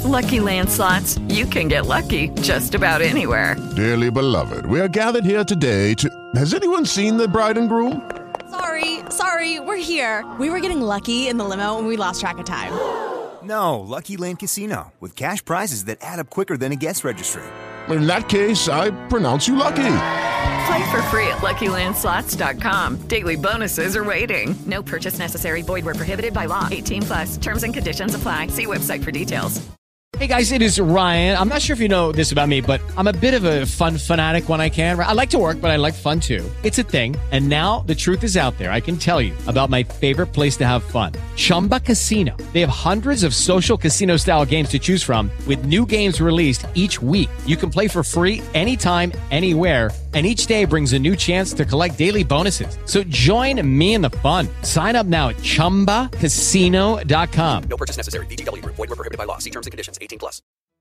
Lucky Land Slots, you can get lucky just about anywhere. Dearly beloved, we are gathered here today to... Has anyone seen the bride and groom? Sorry, we're here. We were getting lucky in the limo and we lost track of time. No, Lucky Land Casino, with cash prizes that add up quicker than a guest registry. In that case, I pronounce you lucky. Play for free at LuckyLandSlots.com. Daily bonuses are waiting. No purchase necessary. Void where prohibited by law. 18+. Terms and conditions apply. See website for details. Hey guys, it is Ryan. I'm not sure if you know this about me, but I'm a bit of a fun fanatic when I can. I like to work, but I like fun too. It's a thing. And now the truth is out there. I can tell you about my favorite place to have fun. Chumba Casino. They have hundreds of social casino style games to choose from with new games released each week. You can play for free anytime, anywhere. And each day brings a new chance to collect daily bonuses. So join me in the fun. Sign up now at ChumbaCasino.com. No purchase necessary. VGW. Void where prohibited by law. See terms and conditions. 18+.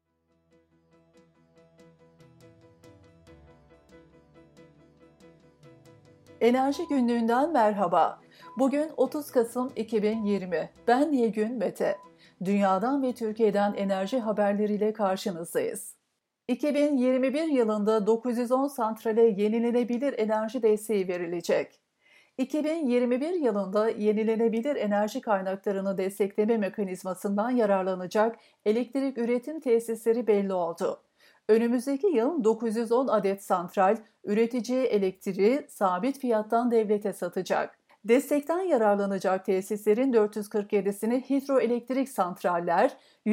Enerji Günlüğü'nden merhaba. Bugün 30 Kasım 2020. Ben Nilgün Mete. Dünyadan ve Türkiye'den enerji haberleriyle karşınızdayız. 2021 yılında 910 santrale yenilenebilir enerji desteği verilecek. 2021 yılında yenilenebilir enerji kaynaklarını destekleme mekanizmasından yararlanacak elektrik üretim tesisleri belli oldu. Önümüzdeki yıl 910 adet santral, üreticiye elektriği sabit fiyattan devlete satacak. Destekten yararlanacak tesislerin 447'sini hidroelektrik santraller,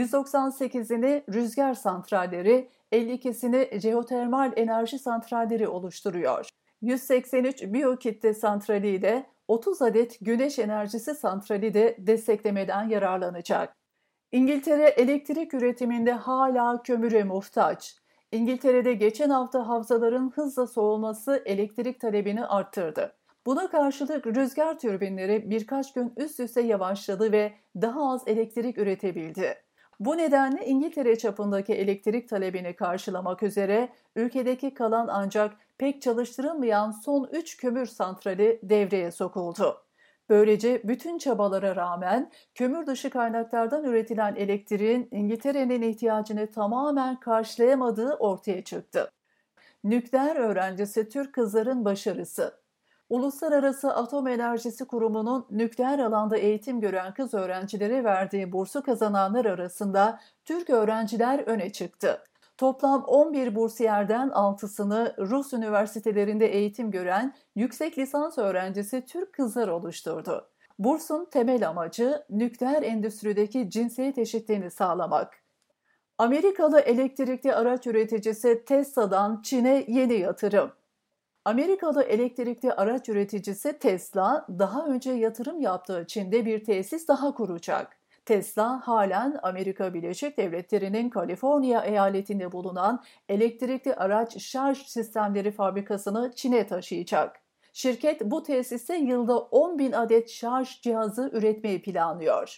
198'ini rüzgar santralleri, 52'sini jeotermal enerji santralleri oluşturuyor. 183 biyokitle santrali ile 30 adet güneş enerjisi santrali de desteklemeden yararlanacak. İngiltere elektrik üretiminde hala kömüre muhtaç. İngiltere'de geçen hafta havzaların hızla soğuması elektrik talebini arttırdı. Buna karşılık rüzgar türbinleri birkaç gün üst üste yavaşladı ve daha az elektrik üretebildi. Bu nedenle İngiltere çapındaki elektrik talebini karşılamak üzere ülkedeki kalan ancak pek çalıştırılmayan son 3 kömür santrali devreye sokuldu. Böylece bütün çabalara rağmen kömür dışı kaynaklardan üretilen elektriğin İngiltere'nin ihtiyacını tamamen karşılayamadığı ortaya çıktı. Nükleer öğrencisi Türk kızların başarısı. Uluslararası Atom Enerjisi Kurumu'nun nükleer alanda eğitim gören kız öğrencilere verdiği bursu kazananlar arasında Türk öğrenciler öne çıktı. Toplam 11 bursiyerden 6'sını Rus üniversitelerinde eğitim gören yüksek lisans öğrencisi Türk kızlar oluşturdu. Bursun temel amacı nükleer endüstrideki cinsiyet eşitliğini sağlamak. Amerikalı elektrikli araç üreticisi Tesla'dan Çin'e yeni yatırım. Amerikalı elektrikli araç üreticisi Tesla, daha önce yatırım yaptığı Çin'de bir tesis daha kuracak. Tesla, halen Amerika Birleşik Devletleri'nin Kaliforniya eyaletinde bulunan elektrikli araç şarj sistemleri fabrikasını Çin'e taşıyacak. Şirket bu tesiste yılda 10.000 adet şarj cihazı üretmeyi planlıyor.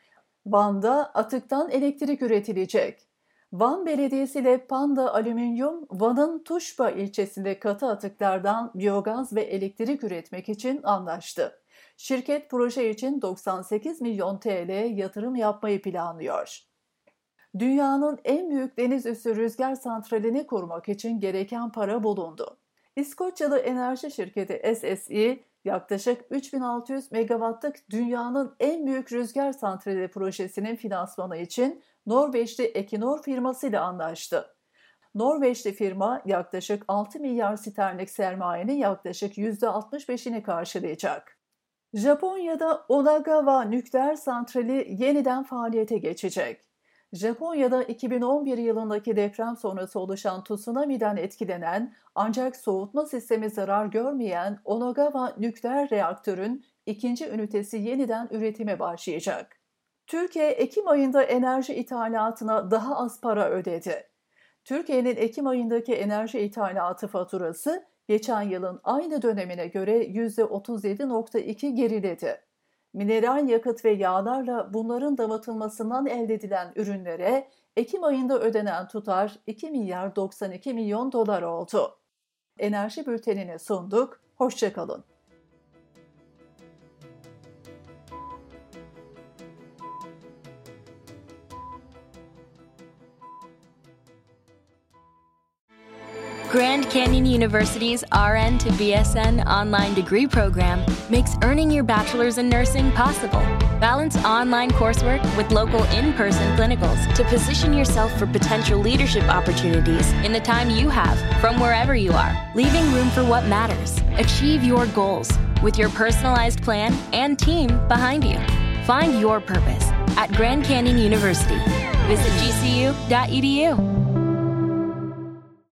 Van'da atıktan elektrik üretilecek. Van Belediyesi ile Panda Alüminyum, Van'ın Tuşba ilçesinde katı atıklardan biyogaz ve elektrik üretmek için anlaştı. Şirket proje için 98 milyon TL yatırım yapmayı planlıyor. Dünyanın en büyük deniz üstü rüzgar santralini kurmak için gereken para bulundu. İskoçyalı enerji şirketi SSE, yaklaşık 3600 megawattlık dünyanın en büyük rüzgar santrali projesinin finansmanı için Norveçli Equinor firmasıyla anlaştı. Norveçli firma yaklaşık 6 milyar sterlinlik sermayenin yaklaşık %65'ini karşılayacak. Japonya'da Onagawa nükleer santrali yeniden faaliyete geçecek. Japonya'da 2011 yılındaki deprem sonrası oluşan tsunami'den etkilenen ancak soğutma sistemi zarar görmeyen Onagawa nükleer reaktörün ikinci ünitesi yeniden üretime başlayacak. Türkiye, Ekim ayında enerji ithalatına daha az para ödedi. Türkiye'nin Ekim ayındaki enerji ithalatı faturası, geçen yılın aynı dönemine göre %37.2 geriledi. Mineral yakıt ve yağlarla bunların damıtılmasından elde edilen ürünlere Ekim ayında ödenen tutar 2 milyar 92 milyon dolar oldu. Enerji bültenini sunduk, hoşça kalın. Grand Canyon University's RN to BSN online degree program makes earning your bachelor's in nursing possible. Balance online coursework with local in-person clinicals to position yourself for potential leadership opportunities in the time you have from wherever you are, leaving room for what matters. Achieve your goals with your personalized plan and team behind you. Find your purpose at Grand Canyon University. Visit gcu.edu.